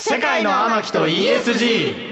世界の天木と ESG。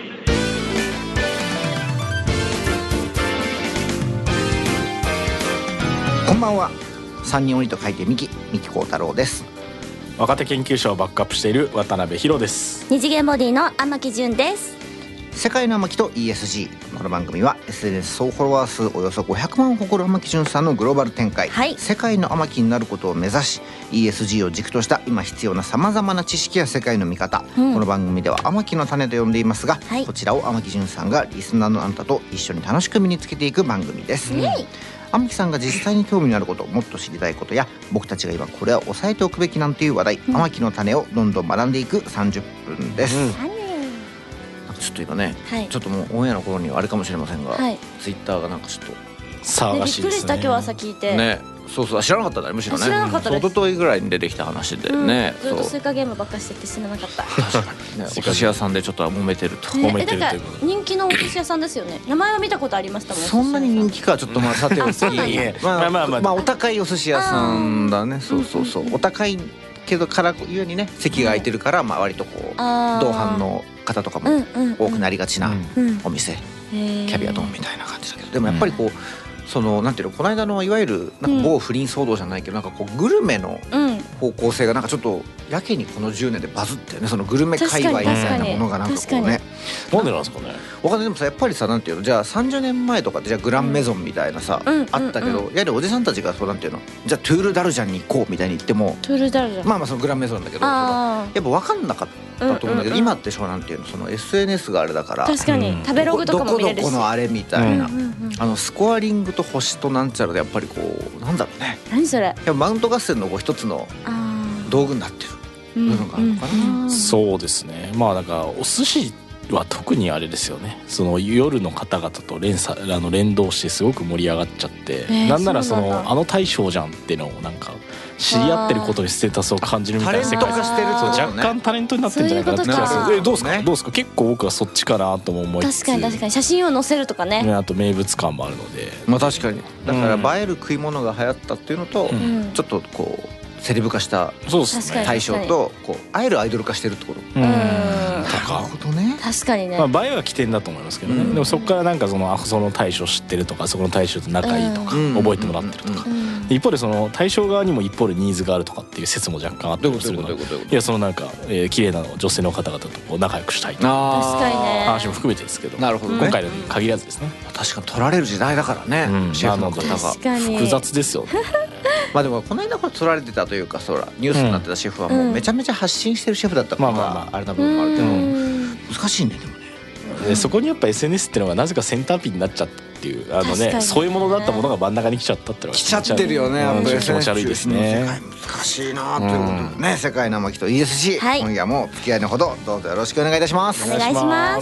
こんばんは。三人鬼と書いて三木幸太郎です。 若手研究者をバックアップしている渡辺博です。 二次元ボディの天木純です。 世界の天木と ESG。 この番組は SNS 総フォロワー数およそ500万を誇る天木純さんのグローバル展開、世界の天木になることを目指し ESG を軸とした今必要なさまざまな知識や世界の見方、この番組では天木の種と呼んでいますが、こちらを天木純さんがリスナーのあなたと一緒に楽しく身につけていく番組です。天木さんが実際に興味のあること、もっと知りたいことや僕たちが今これは押さえておくべきなんていう話題、天木の種をどんどん学んでいく30分です。ちょっと今ね、ちょっともうオンエアの頃にはあれかもしれませんが、ツイッターがなんかちょっと騒がしいですね。 びっくりした今日朝聞いてね。そうそう、知らなかったね、むしろね。 知らなかったです。 一昨日ぐらいに出てきた話でね、 ずっとスイカゲームばっかしてて知らなかった。 確かにね、お寿司屋さんでちょっと揉めてると、 揉めてるということ。人気のお寿司屋さんですよね。名前は見たことありましたもん。 そんなに人気かちょっとまあさておきまあお高いお寿司屋さんだね。そうそうそう、お高いけどからゆえにね、席が空いてるから、まあ割とこう同伴の方とかも多くなりがちなお店、キャビア丼みたいな感じだけど、でもやっぱりこうそのなんていうの、この間のいわゆるなんか某不倫騒動じゃないけど、なんかこうグルメの方向性がなんかちょっとやけにこの10年でバズってね、そのグルメ界隈みたいなものがなんかこうね、 なんでなんですかね。 わかんない。でもさ、やっぱりさ、なんていうの、じゃあ30年前とかってじゃあグランメゾンみたいなさ、あったけど、やはりおじさんたちがそうなんていうの、じゃあトゥールダルジャンに行こうみたいに言っても、 トゥールダルジャン、まあまあそのグランメゾンだけど、やっぱ分かんなかったと思うんだけど、今ってそうなんていうの、その SNS があれだから、 確かに食べログとかも見れるし、 どこのあれみたいな、スコアリングと星となんちゃらでやっぱりこうなんだろうね、 何それ、 やっぱマウント合戦のこう一つの道具になってる部分があるのかな。 そうですね。まあなんかお寿司は特にあれですよね、その夜の方々と連動してすごく盛り上がっちゃって、なんならそのあの大将じゃんっていうのをなんか知り合ってることにステータスを感じるみたいな世界、若干タレントになってるんじゃないかなって気がする。どうですか結構僕はそっちかなとも思いつつ、 確かに写真を載せるとかね、 あと名物感もあるので、 まあ確かにだから映える食い物が流行ったっていうのと、ちょっとこうセレブ化した対象とこうあえるアイドル化してるってこと。なるほどね。 確かにね。 まあ映えは起点だと思いますけどね。でもそこからなんかその大将知ってるとか、そこの大将と仲いいとか、覚えてもらってるとか。一方でその大将側にも一方でニーズがあるとかっていう説も若干あったりするので、いやそのなんか綺麗な女性の方々とこう仲良くしたいとか話も含めてですけど、 なるほどね。 今回のに限らずですね。 確かに取られる時代だからね、シェフの方が複雑ですよね。 まあでもこの間これ取られてたというか、そらニュースになってたシェフはもうめちゃめちゃ発信してるシェフだったから、あれな部分もあるけど難しいね。でもね、 そこにやっぱ SNS っていうのがなぜかセンターピンになっちゃったっていうね、そういうものだったものが真ん中に来ちゃったっていうのが来ちゃってるよね。やっぱり気持ち悪いですね。 難しいなということでね、世界の天木と ESG、今夜も付き合いのほどどうぞよろしくお願いいたします。 お願いします。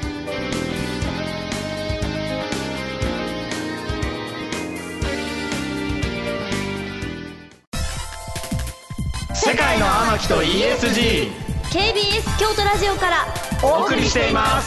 世界の天木と ESG、 KBS 京都ラジオからお送りしています。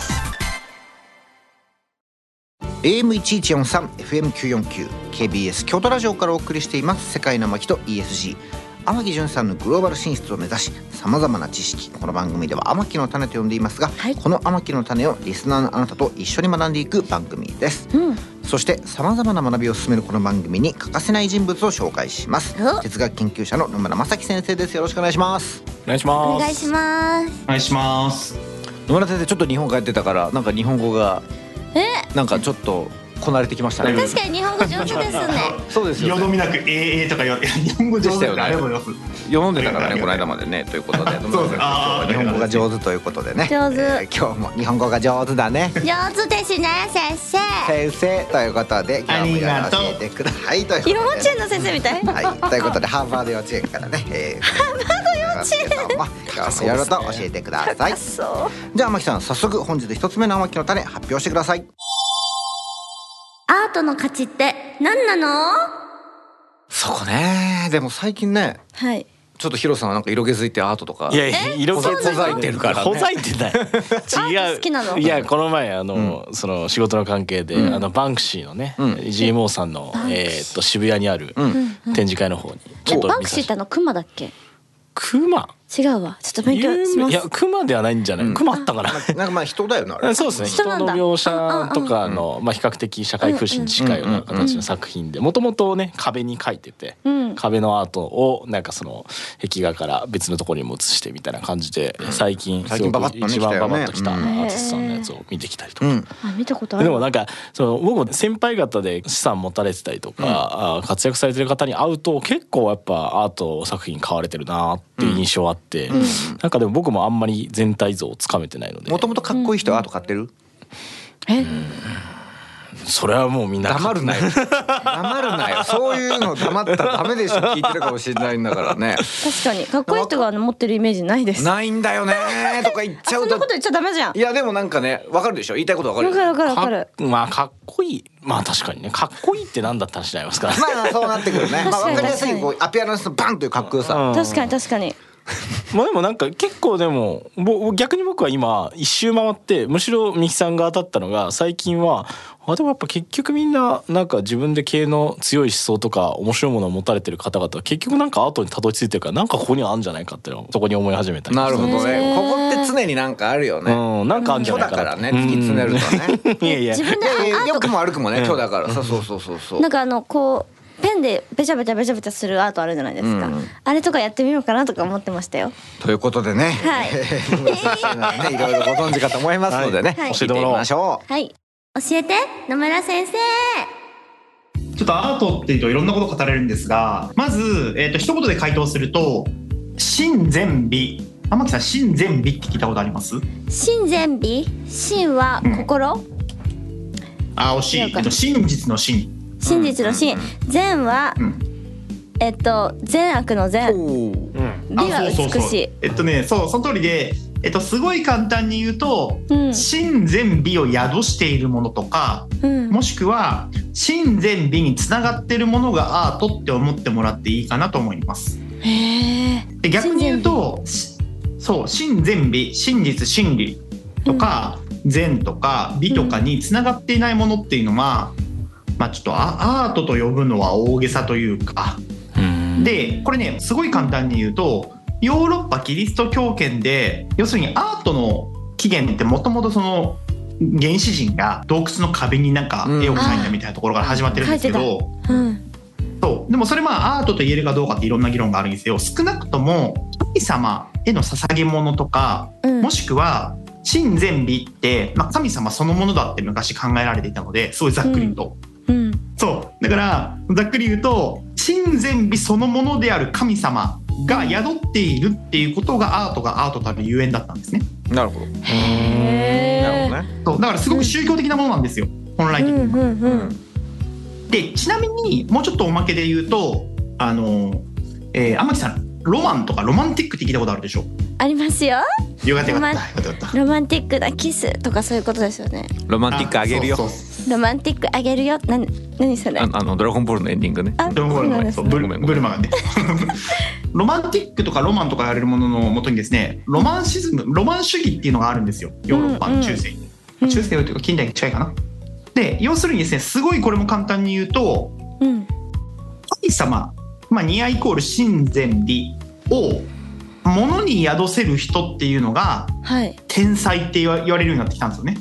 AM1143 FM949 KBS 京都ラジオからお送りしています世界の天木と ESG。 天木純さんのグローバル進出を目指し、さまざまな知識、この番組では天木の種と呼んでいますが、この天木の種をリスナーのあなたと一緒に学んでいく番組です。そしてさまざまな学びを進めるこの番組に欠かせない人物を紹介します。哲学研究者の野村正樹先生です。よろしくお願いします。 お願いします。 お願いします。 お願いします。 野村先生、ちょっと日本帰ってたからなんか日本語がなんかちょっとこなれてきましたね。 確かに日本語上手ですね。 そうですよね。 よどみなくとか言われて、日本語上手だね。ありがとうございます。 読んでたからね、この間までね、ということで野村先生、日本語が上手ということでね、 上手、 今日も日本語が上手だね。 上手ですね先生。 先生ということで今日もよろしく教えてくださいということで、 幼稚園の先生みたい。 はい、ということでハーバード幼稚園からね、ハーバード幼稚園今日もいろいろと教えてください。じゃあ天木さん、早速本日一つ目の天木の種発表してください。 アートの価値って何なの？ そこね。でも最近ね、ちょっとヒロさんはなんか色気づいてアートとか、 いや色気づいてるから、ほざいてない。違う。 好きなの？ いやこの前その仕事の関係でバンクシーのね GMO さんの渋谷にある展示会の方にちょっと。 バンクシーってクマだっけ？ クマ違うわ、ちょっと勉強します。 いや熊ではないんじゃない、熊あったからなんかまあ人だよなあれ。 そうですね、人の描写とかの比較的社会風刺に近いような形の作品で、もともとね壁に描いてて、壁のアートをなんかその壁画から別のところにも移してみたいな感じで、最近すごく一番ババッときたアーティストさんのやつを見てきたりとか、 見たことある。 でもなんかその僕も先輩方で資産持たれてたりとか、活躍されてる方に会うと結構やっぱアート作品買われてるなっていう印象はあって、なんかでも僕もあんまり全体像をつかめてないので。 もともとかっこいい人はアート買ってる？ それはもうみんな黙るなよ黙るなよ、そういうの黙ったらダメでしょ、聞いてるかもしれないんだからね。 確かにかっこいい人が持ってるイメージないです。 ないんだよねとか言っちゃうと。 そんなこと言っちゃダメじゃん。 いやでもなんかね、わかるでしょ、言いたいことわかる。 わかるわかる。 まあかっこいい、まあ確かにね、かっこいいってなんだって話になりますから。 まあそうなってくるね。まあわかりやすいこうアピアランスのバンというかっこよさ。 確かに確かに。 まあでもなんか結構でも逆に僕は今一周回ってむしろミキさんが当たったのが、最近はでもやっぱ結局みんななんか自分で経営の強い思想とか面白いものを持たれてる方々は結局なんかアートにたどり着いてるから、なんかここにはあるんじゃないかっていうのをそこに思い始めたり。 なるほどね。ここって常になんかあるよね。 なんかあるんじゃないかな。 今日だからね、突き詰めるとね。 いやいや自分で良くも悪くもね、今日だからそう。 なんかこうペンでベチャベチャするアートあるじゃないですか、あれとかやってみようかなとか思ってましたよ。 ということでね、 はいいろいろご存知かと思いますのでね、教えてみましょう。 はい、教えて野村先生。 ちょっとアートっていうといろんなこと語れるんですが、まず、一言で回答すると心善美。天木さん、心善美って聞いたことあります？ 心善美、心は心、 惜しい。真実の真、 真実の真、善は、善悪の善、美は美しい。 そうその通りで、すごい簡単に言うと、真善美を宿しているものとか、もしくは真善美につながっているものがアートって思ってもらっていいかなと思います。で逆に言うと、そう真善美、真実真理とか、善とか美とかにつながっていないものっていうのは、まあちょっとアートと呼ぶのは大げさというか、でこれねすごい簡単に言うと、ヨーロッパキリスト教圏で要するにアートの起源ってもともとその原始人が洞窟の壁になんか絵を描いたみたいなところから始まってるんですけど、そうでもそれアートと言えるかどうかっていろんな議論があるんですよ。少なくとも神様への捧げ物とか、もしくは真善美って、神様そのものだって昔考えられていたので、すごいざっくり言うと、そうだからざっくり言うと真善美そのものである神様が宿っているっていうことがアートがアートたるゆえんだったんですね。 なるほど。そうだからすごく宗教的なものなんですよ、本来的に。でちなみにもうちょっとおまけで言うと、 天木さんロマンとかロマンティックって聞いたことあるでしょ？ ありますよ。 よかったよかったロマンティックなキスとかそういうことですよね。 ロマンティックあげるよ。 ロマンティックあげるよ。何それ？ ドラゴンボールのエンディングね。 ドラゴンボールのブルマがね。ロマンティックとかロマンとか言われるもののもとにですね、ロマン主義っていうのがあるんですよ。ヨーロッパの中世に。中世というか近代に近いかな。で要するにですね、すごいこれも簡単に言うと、神様、ニアイコール真善美を物に宿せる人っていうのが、天才って言われるようになってきたんですよね。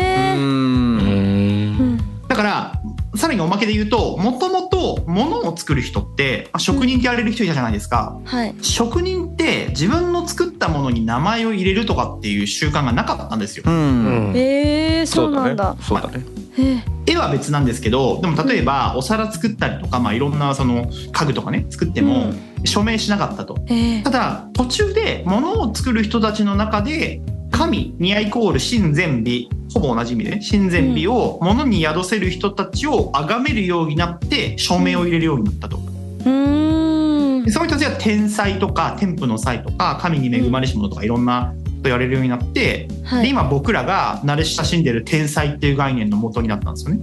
だからさらにおまけで言うと、もともと物を作る人って、職人って言われる人いたじゃないですか、職人って自分の作ったものに名前を入れるとかっていう習慣がなかったんですよ。 そうなんだ。 そうだね。 絵は別なんですけど、でも例えばお皿作ったりとか、いろんなその家具とかね作っても署名しなかったと。ただ途中で物を作る人たちの中で神ニアイコール真善美、ほぼ同じ意味で真善美を物に宿せる人たちを崇めるようになって署名を入れるようになったと。その人たちが天才とか天賦の才とか神に恵まれし者とかいろんなと言われるようになって、で今僕らが慣れ親しんでる天才っていう概念の元になったんですよ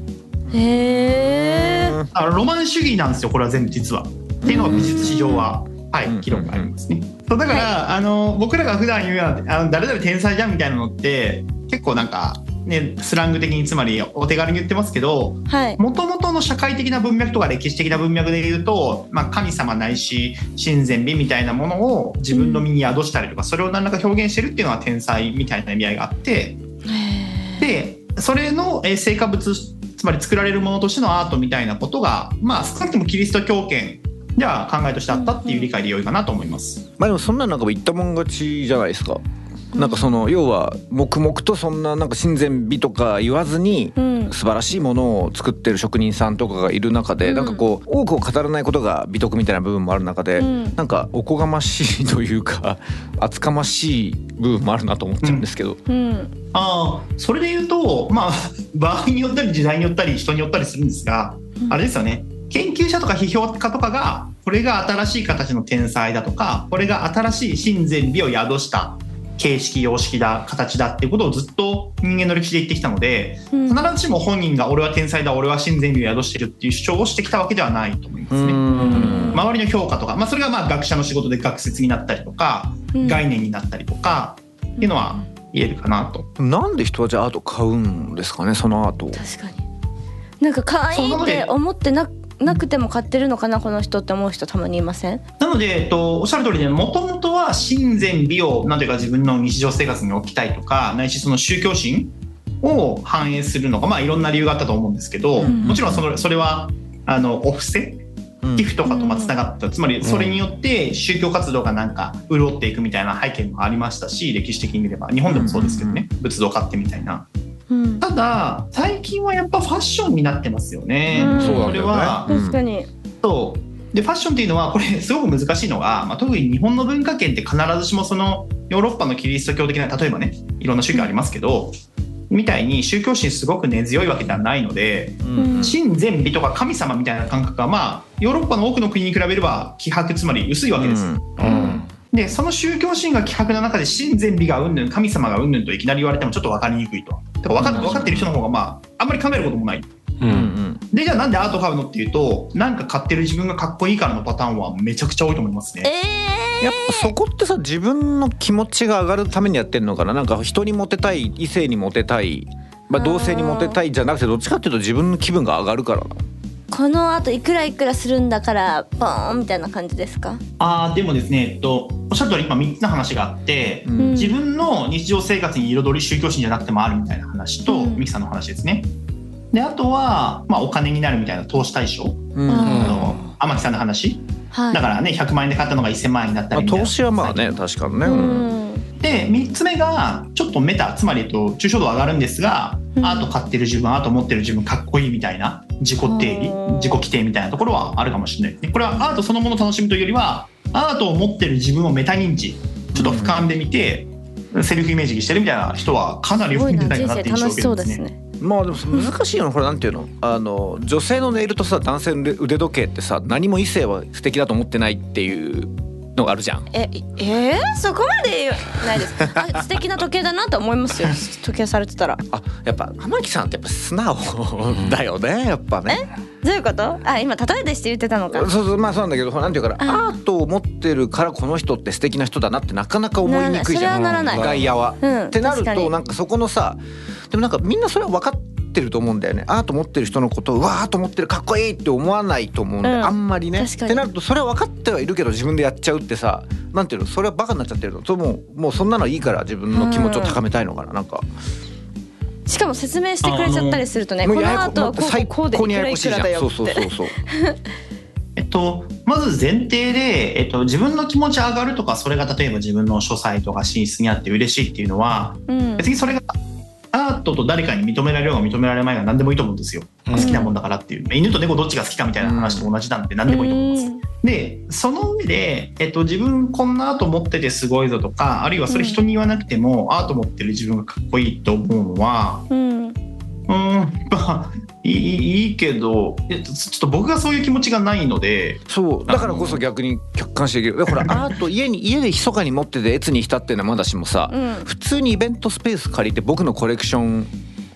ね。だからロマン主義なんですよ、これは全部実は。っていうのが美術史上は記録がありますね。だから、僕らが普段言うような誰々天才じゃんみたいなのって結構なんかね、スラング的につまりお手軽に言ってますけど、もともとの社会的な文脈とか歴史的な文脈で言うと、神様ないし神前美みたいなものを自分の身に宿したりとか、それを何らか表現してるっていうのは天才みたいな意味合いがあって、でそれの成果物、つまり作られるものとしてのアートみたいなことが、少なくともキリスト教圏では考えとしてあったっていう理解で良いかなと思います。 でもそんななんか言ったもん勝ちじゃないですか。なんかその要は黙々とそんななんか神前美とか言わずに素晴らしいものを作ってる職人さんとかがいる中で、なんかこう多くを語らないことが美徳みたいな部分もある中で、なんかおこがましいというか厚かましい部分もあるなと思っちゃうんですけど、 それで言うと場合によったり時代によったり人によったりするんですが、あれですよね、研究者とか批評家とかがこれが新しい形の天才だとか、これが新しい神前美を宿した形式様式だ形だっていうことをずっと人間の歴史で言ってきたので、必ずしも本人が俺は天才だ、俺は神前美を宿してるっていう主張をしてきたわけではないと思いますね。周りの評価とか、それが学者の仕事で学説になったりとか、概念になったりとかっていうのは言えるかなと。 なんで人はじゃあアート買うんですかね、そのアートを。 確かになんか可愛いって思ってなくても買ってるのかなこの人って思う人たまにいません？ なので、おっしゃる通りで、もともとは神前美をなんていうか自分の日常生活に置きたいとか、ないしその宗教心を反映するのがいろんな理由があったと思うんですけど、もちろんそれはお布施寄付とかとつながった、つまりそれによって宗教活動がなんか潤っていくみたいな背景もありましたし、歴史的に見れば日本でもそうですけどね、仏像買ってみたいな。ただ最近はやっぱファッションになってますよね。それは確かにそうで、ファッションっていうのはこれすごく難しいのが、特に日本の文化圏って必ずしもそのヨーロッパのキリスト教的な、例えばねいろんな宗教ありますけど、みたいに宗教心すごく根強いわけではないので、神前美とか神様みたいな感覚がヨーロッパの多くの国に比べれば希薄、つまり薄いわけです。でその宗教心が希薄な中で神前美がうんぬん神様がうんぬんといきなり言われてもちょっと分かりにくいと。だから分かってる人の方があんまり考えることもない。でじゃあなんでアート買うのっていうと、なんか買ってる自分がかっこいいからのパターンはめちゃくちゃ多いと思いますね。 やっぱそこってさ、自分の気持ちが上がるためにやってるのかな。なんか人にモテたい、異性にモテたい、同性にモテたいじゃなくて、どっちかっていうと自分の気分が上がるからな。 このあといくらいくらするんだからボーンみたいな感じですか？ でもですね、おっしゃる通り今3つの話があって、自分の日常生活に彩り宗教心じゃなくてもあるみたいな話と、ミキさんの話ですね。であとは、お金になるみたいな投資対象、天木さんの話、だからね100万円で買ったのが1000万円になったりみたいな、 投資はね確かにね。 で3つ目がちょっとメタ、つまり抽象度上がるんですが、アート買ってる自分、アート持ってる自分かっこいいみたいな自己定義、自己規定みたいなところはあるかもしれない。これはアートそのものを楽しむというよりは、アートを持ってる自分をメタ認知、ちょっと俯瞰で見てセルフイメージしてるみたいな人はかなり多いんじゃないかなって印象を受けるんですね。 でも難しいのこれなんていうの、女性のネイルとさ男性の腕時計ってさ、何も異性は素敵だと思ってないっていうのがあるじゃん。 そこまでないです。素敵な時計だなと思いますよ。時計されてたら。 やっぱ天木さんってやっぱ素直だよね、やっぱね。 どういうこと？今例えでして言ってたのか。 そうそう、そうなんだけど、なんていうかな、アートを持ってるからこの人って素敵な人だなってなかなか思いにくいじゃん。外野は。ってなるとなんかそこのさ、でもなんかみんなそれは分かってると思うんだよね。アート持ってる人のことをアート持ってるかっこいいって思わないと思うんで、あんまりね。ってなるとそれは分かってはいるけど自分でやっちゃうってさ、なんていうの、それはバカになっちゃってるのと、もうそんなのいいから自分の気持ちを高めたいのかな、なんか。 しかも説明してくれちゃったりするとね、このアートはこうでいくらいくらだよって。 まず前提で、自分の気持ち上がるとか、それが例えば自分の書斎とか寝室にあって嬉しいっていうのは、別にそれがアートと誰かに認められようが認められまいが何でもいいと思うんですよ。好きなもんだからっていう、犬と猫どっちが好きかみたいな話と同じなんで何でもいいと思います。でその上で、自分こんなアート持っててすごいぞとか、あるいはそれ人に言わなくても、アート持ってる自分がかっこいいと思うのは、いいけど、ちょっと僕がそういう気持ちがないので。 そうだからこそ逆に客観視できる。ほらアート家で密かに持ってて悦に浸ってるのはまだしもさ、普通にイベントスペース借りて僕のコレクション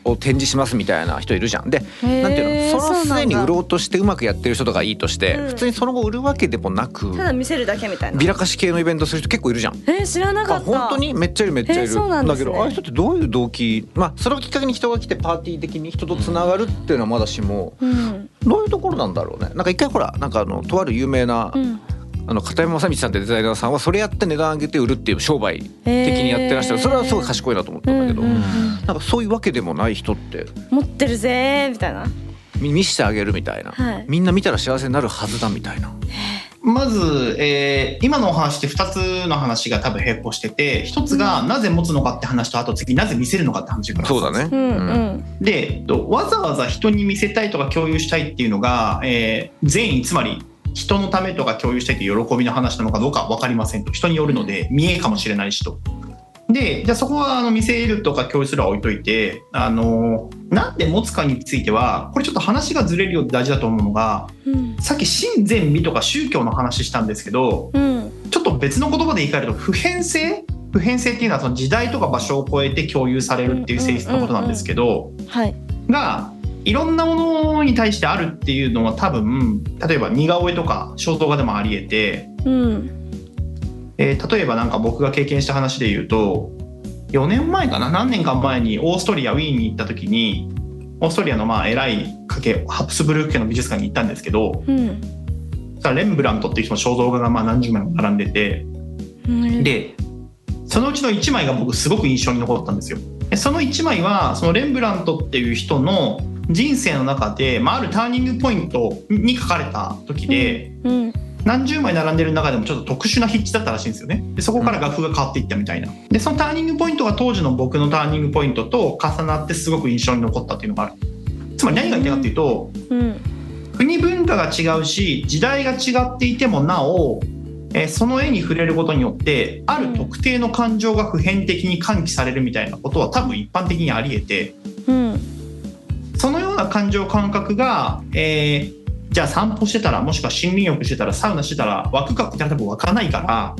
を展示しますみたいな人いるじゃん。でなんていうの、そのすでに売ろうとしてうまくやってる人とかいいとして、普通にその後売るわけでもなく、 ただ見せるだけみたいなビラ貸し系のイベントする人結構いるじゃん。 知らなかった。 本当にめっちゃいるめっちゃいる。 そうなんですね。 だけどああいう人ってどういう動機、それをきっかけに人が来てパーティー的に人とつながるっていうのはまだしも、どういうところなんだろうね。なんか一回ほらなんかとある有名な、片山正道さんってデザイナーさんはそれやって値段上げて売るっていう商売的にやってらっしゃる。それはすごい賢いなと思ったんだけど、なんかそういうわけでもない人って持ってるぜみたいな、 見せてあげるみたいな、みんな見たら幸せになるはずだみたいな。 まず、今のお話って2つの話が多分並行してて、1つがなぜ持つのかって話と、あと次なぜ見せるのかって話から。 そうだね、 でわざわざ人に見せたいとか共有したいっていうのが、善意、つまり人のためとか共有したいという喜びの話なのかどうか分かりませんと。人によるので見えかもしれないしと。でじゃあそこは見せるとか共有するは置いといて、なんで持つかについてはこれちょっと話がずれるようで大事だと思うのが、さっき真善美とか宗教の話したんですけど、ちょっと別の言葉で言い換えると普遍性っていうのはその時代とか場所を超えて共有されるっていう性質のことなんですけど、がいろんなものに対してあるっていうのは多分例えば似顔絵とか肖像画でもあり得て、例えばなんか僕が経験した話で言うと、4年前かな、何年か前にオーストリアウィーンに行った時に、オーストリアの偉いハプスブルク家の美術館に行ったんですけど、レンブラントっていう人の肖像画が何十枚も並んでて、でそのうちの1枚が僕すごく印象に残ったんですよ。その1枚はそのレンブラントっていう人の人生の中で、あるターニングポイントに書かれた時で、何十枚並んでる中でもちょっと特殊な筆致だったらしいんですよね。でそこから楽譜が変わっていったみたいな。でそのターニングポイントが当時の僕のターニングポイントと重なってすごく印象に残ったっていうのがある。つまり何が言いたいかっていうと、国文化が違うし時代が違っていてもなお、その絵に触れることによってある特定の感情が普遍的に喚起されるみたいなことは多分一般的にあり得て、そのような感情感覚が、じゃあ散歩してたら、もしくは森林浴してたら、サウナしてたら湧くかって多分湧かないから、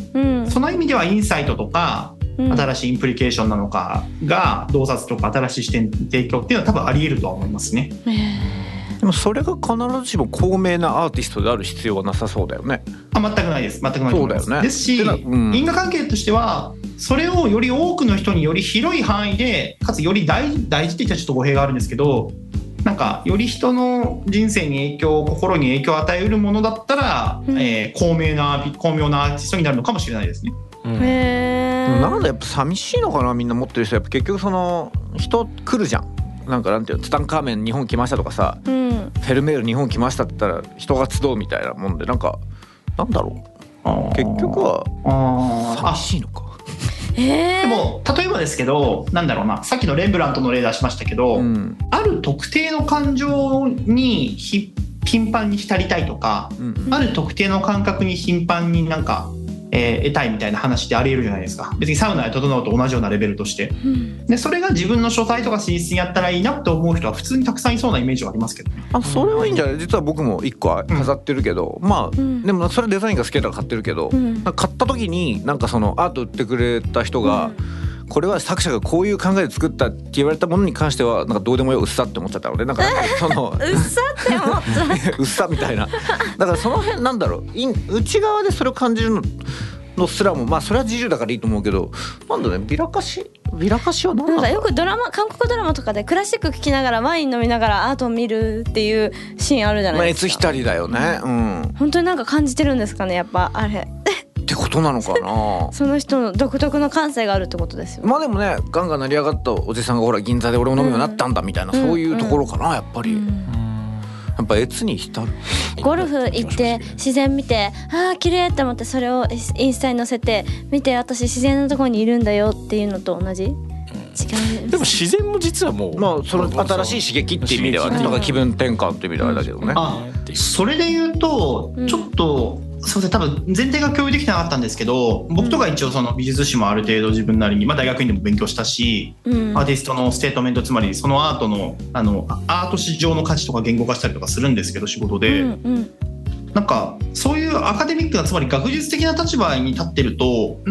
その意味ではインサイトとか、新しいインプリケーションなのかが洞察とか新しい視点提供っていうのは多分あり得るとは思いますね。 でもそれが必ずしも高名なアーティストである必要はなさそうだよね。 全くないです。全くないと思います。 そうだよね。 ですし、因果関係としてはそれをより多くの人により広い範囲で、かつより大事って言ったらちょっと語弊があるんですけど、なんかより人の人生に影響、心に影響を与えうるものだったら、巧妙なアーティストになるのかもしれないですね。 なんでやっぱ寂しいのかな、みんな持ってる人。やっぱ結局その人来るじゃん。なんていうの、ツタンカーメン日本来ましたとかさ、フェルメール日本来ましたって言ったら人が集うみたいなもんで、なんだろう、結局は寂しいのか。 でも例えばですけど、さっきのレンブラントの例出しましたけど、ある特定の感情に頻繁に浸りたいとか、ある特定の感覚に頻繁に得たいみたいな話ってあり得るじゃないですか。別にサウナで整うと同じようなレベルとして、でそれが自分の書斎とか寝室にやったらいいなって思う人は普通にたくさんいそうなイメージはありますけどね。 それはいいんじゃない。実は僕も1個は飾ってるけど、でもそれデザインが好きだから買ってるけど、買った時にそのアート売ってくれた人が、これは作者がこういう考えで作ったって言われたものに関してはどうでもようっさって思っちゃったので、そのうっさって思っちゃうっさみたいな。だからその辺内側でそれを感じるのすらもそれは自由だからいいと思うけど、ビラ貸しは何なんだ。 よく韓国ドラマとかでクラシック聴きながらワイン飲みながらアートを見るっていうシーンあるじゃないですか。 エツ浸りだよね。 本当に感じてるんですかね、やっぱあれってことなのかな。 その人の独特の感性があるってことですよ。 でもね、ガンガン成り上がったおじさんが銀座で俺も飲むようになったんだみたいな、そういうところかな、やっぱり。やっぱ越に浸る。 ゴルフ行って自然見て、綺麗って思って、それをインスタに載せて、見て私自然のところにいるんだよっていうのと同じ。違う。 でも自然も実はもうその新しい刺激っていう意味ではね、気分転換っていう意味ではあれだけどね。 それで言うとちょっとすいません、多分前提が共有できてなかったんですけど、僕とか一応その美術史もある程度自分なりに、大学院でも勉強したし、アーティストのステートメント、つまりそのアートのアート史上の価値とか言語化したりとかするんですけど、仕事で、そういうアカデミックな、つまり学術的な立場に立ってると、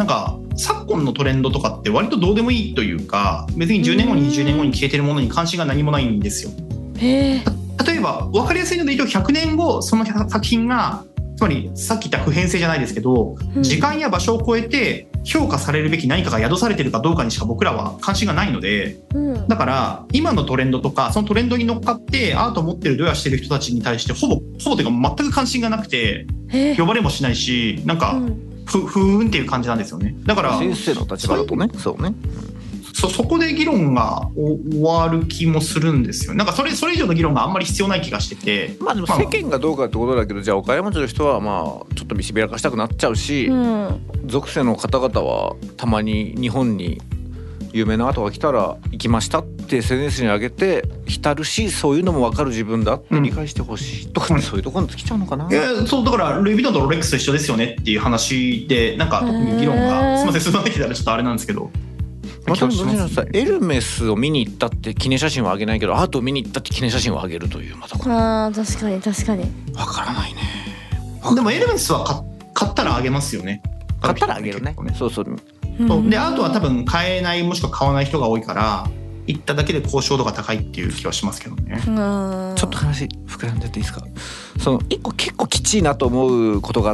昨今のトレンドとかって割とどうでもいいというか、別に10年後に20年後に消えてるものに関心が何もないんですよ。例えば分かりやすいので言うと、100年後その作品が、つまりさっき言った普遍性じゃないですけど、時間や場所を超えて評価されるべき何かが宿されてるかどうかにしか僕らは関心がないので、だから今のトレンドとかそのトレンドに乗っかってアートを持ってるドヤしてる人たちに対してほぼというか全く関心がなくて、呼ばれもしないし、なんかふーんっていう感じなんですよね。だから先生の立場だとね、そうね、 そこで議論が終わる気もするんですよ。なんかそれ以上の議論があんまり必要ない気がしてて、 まあでも世間がどうかってことだけど、じゃあ岡山町の人はまあちょっと見せびらかしたくなっちゃうし、属性の方々はたまに日本に有名なアートが来たら行きましたって SNS に上げて浸るし、そういうのも分かる自分だって理解してほしいとか、そういうところに尽きちゃうのかな。 いや、そうだからルイ・ヴィトンとロレックスと一緒ですよねっていう話で、なんか特に議論がすみません進まなきゃちょっとあれなんですけど、 またエルメスを見に行ったって記念写真はあげないけど、アートを見に行ったって記念写真をあげるという、またこれ確かに確かに分からないね。 でもエルメスは買ったらあげますよね。 買ったらあげるね。そうそう。 でアートは多分買えないもしくは買わない人が多いから、行っただけで交渉度が高いっていう気はしますけどね。 ちょっと話膨らんでていいですか。その一個結構きちいなと思うことがあって、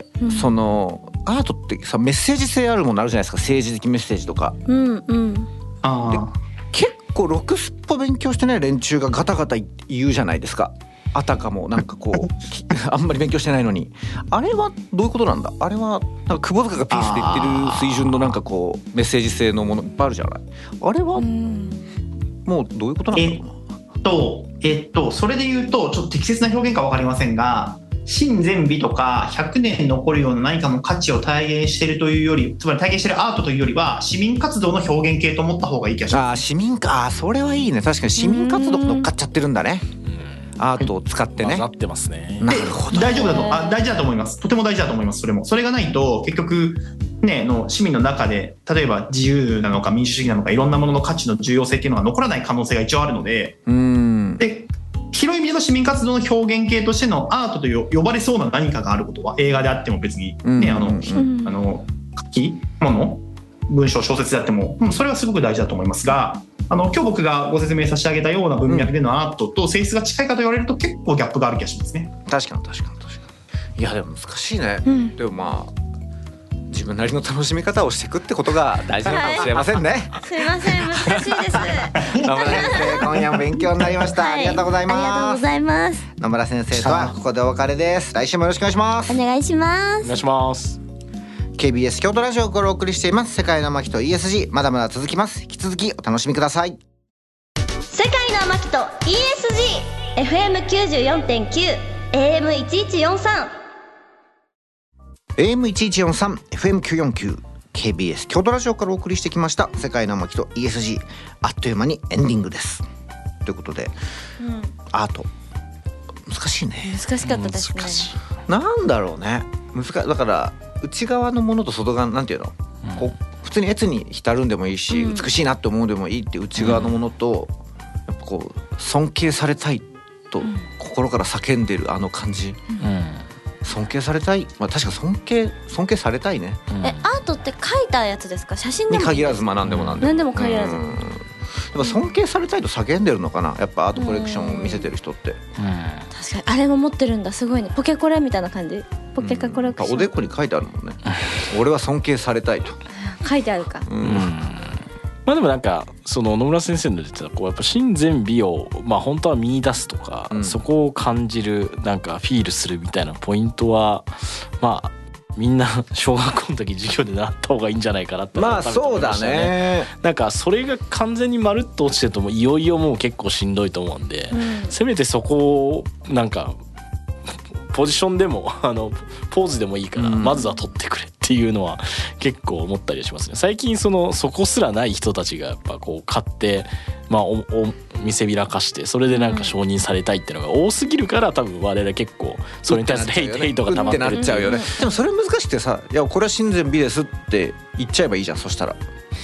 そのアートってさ、メッセージ性あるものあるじゃないですか。政治的メッセージとか、結構ろくすっぽ勉強してない連中がガタガタ言うじゃないですか。あたかもなんかこうあんまり勉強してないのに、あれはどういうことなんだ。あれはなんか窪塚がピースで言ってる水準のなんかこうメッセージ性のものいっぱいあるじゃない。あれはもうどういうことなんだろうな。 それで言うとちょっと適切な表現か分かりませんが、真善美とか100年残るような何かの価値を体現しているというより、つまり体現しているアートというよりは市民活動の表現系と思った方がいい気がします。 市民か、それはいいね。確かに市民活動乗っかっちゃってるんだね。アートを使ってね。 なってますね。 なるほど。 大丈夫だと大事だと思います。とても大事だと思います。それがないと結局ねの市民の中で、例えば自由なのか民主主義なのかいろんなものの価値の重要性っていうのが残らない可能性が一応あるので、で広い意味での市民活動の表現系としてのアートと呼ばれそうな何かがあることは、映画であっても別にね、書き物、文章、小説であっても、それはすごく大事だと思いますが、今日僕がご説明差し上げたような文脈でのアートと性質が近いかと言われると結構ギャップがある気がしますね。 確かに。いやでも難しいね。でもまあ自分なりの楽しみ方をしていくってことが大事なのかもしれませんね。 すいません、難しいです。 野村先生、今夜も勉強になりました。ありがとうございます。 ありがとうございます。 野村先生とはここでお別れです。来週もよろしくお願いします。 お願いします。 お願いします。 KBS 京都ラジオからお送りしています世界の天木と ESG、 まだまだ続きます。引き続きお楽しみください。 世界の天木と ESG、FM94.9 AM1143 AM1143 FM949 KBS 京都ラジオからお送りしてきました世界の天木と ESG、 あっという間にエンディングですということで、アート難しいね。 難しかったですね。 なんだろうね、だから内側のものと外側なんていうの、こう普通に悦に浸るんでもいいし、美しいなって思うでもいいって内側のものと、やっぱこう尊敬されたいと心から叫んでるあの感じ、尊敬されたい、まあ、確か尊敬されたいね。 アートって描いたやつですか、写真でもに限らず、まあ何でも何でも限らず、 やっぱ尊敬されたいと叫んでるのかな、やっぱアートコレクションを見せてる人って。 確かにあれも持ってるんだ、すごいね。ポケコレみたいな感じ。ポケカコレクション、 おでこに書いてあるもんね俺は尊敬されたいと書いてあるか。 まあでもなんかその野村先生の言ってたこうやっぱ真善美をまあ本当は見出すとか、そこを感じる、なんかフィールするみたいなポイントはまあみんな小学校の時授業で習った方がいいんじゃないかなって、 まあそうだね。 なんかそれが完全にまるっと落ちてるともういよいよもう結構しんどいと思うんで、せめてそこをなんかポジションでもポーズでもいいからまずは取ってくれっていうのは結構思ったりしますね。最近そこすらない人たちがやっぱこう買って、まあ、見せびらかしてそれでなんか承認されたいっていうのが多すぎるから、多分我々結構それに対するヘイトが溜まってるってなっちゃうよね。 でもそれ難しくてさ、いやこれは真善美ですって言っちゃえばいいじゃん。そしたら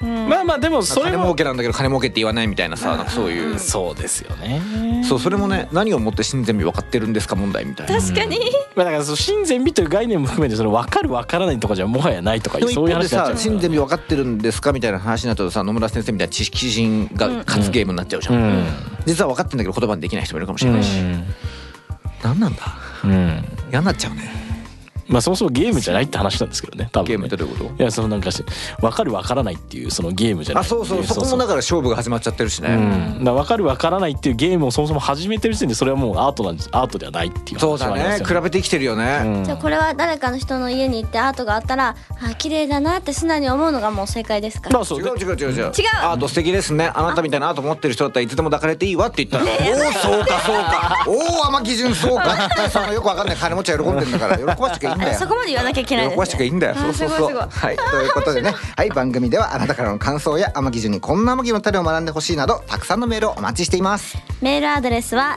まあまあでもそれ金儲けなんだけど金儲けって言わないみたいなさ、なんかそういう、 そうですよね。 そう、それもね、何をもって親善美分かってるんですか問題みたいな。 確かに、 まあだからその親善美という概念も含めてその分かる分からないとかじゃもはやないとか、そういう話になっちゃう。 親善美分かってるんですかみたいな話になったとさ、野村先生みたいな知識人が勝つゲームになっちゃうじゃん。実は分かってんだけど言葉にできない人もいるかもしれないし、何なんだ、嫌になっちゃうね。 まあそもそもゲームじゃないって話なんですけどね、多分ね。 ゲームってどういうこと？ いや、そのなんか分かる分からないっていうそのゲームじゃない。 あ、そうそう、そこもだから勝負が始まっちゃってるしね。 だから分かる分からないっていうゲームをそもそも始めてる時点でそれはもうアートなんです。アートではないっていう話はありますよね。 そうだね、比べて生きてるよね。 じゃあこれは誰かの人の家に行ってアートがあったら、あ、綺麗だなって素直に思うのがもう正解ですか？ 違う。アート素敵ですね。あなたみたいなアート持ってる人だったらいつでも抱かれていいわって言ったら、おお、そうかそうか、おお、天城順そうか、さんよくわかんない金持ちは喜んでるんだから喜ばしときゃいいんだよ。 そこまで言わなきゃいけないですね。 喜ばしときゃいいんだよ。そうそうそう。はい、ということでね、はい、番組ではあなたからの感想や天城順にこんな天城の種を学んでほしいなどたくさんのメールをお待ちしています。 メールアドレスは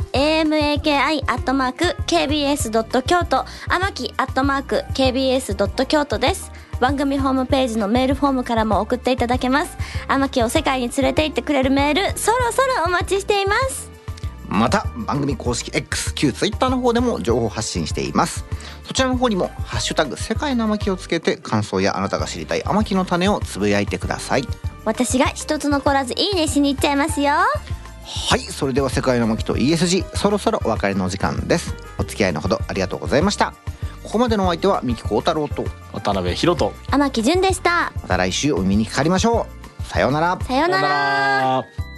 amaki@kbs.kyoto、 amaki@kbs.kyoto です。番組ホームページのメールフォームからも送っていただけます。天城を世界に連れて行ってくれるメール、そろそろお待ちしています。 また番組公式 X、旧 Twitter の方でも情報発信しています。そちらの方にもハッシュタグ世界の天城をつけて感想やあなたが知りたい天城の種をつぶやいてください。 私が一つ残らずいいねしに行っちゃいますよ。 はい、それでは世界の天城と ESG、 そろそろお別れのお時間です。お付き合いのほどありがとうございました。ここまでのお相手は三木幸太郎と渡辺博人、 天城純でした。 また来週お耳にかかりましょう。さようなら。 さようなら。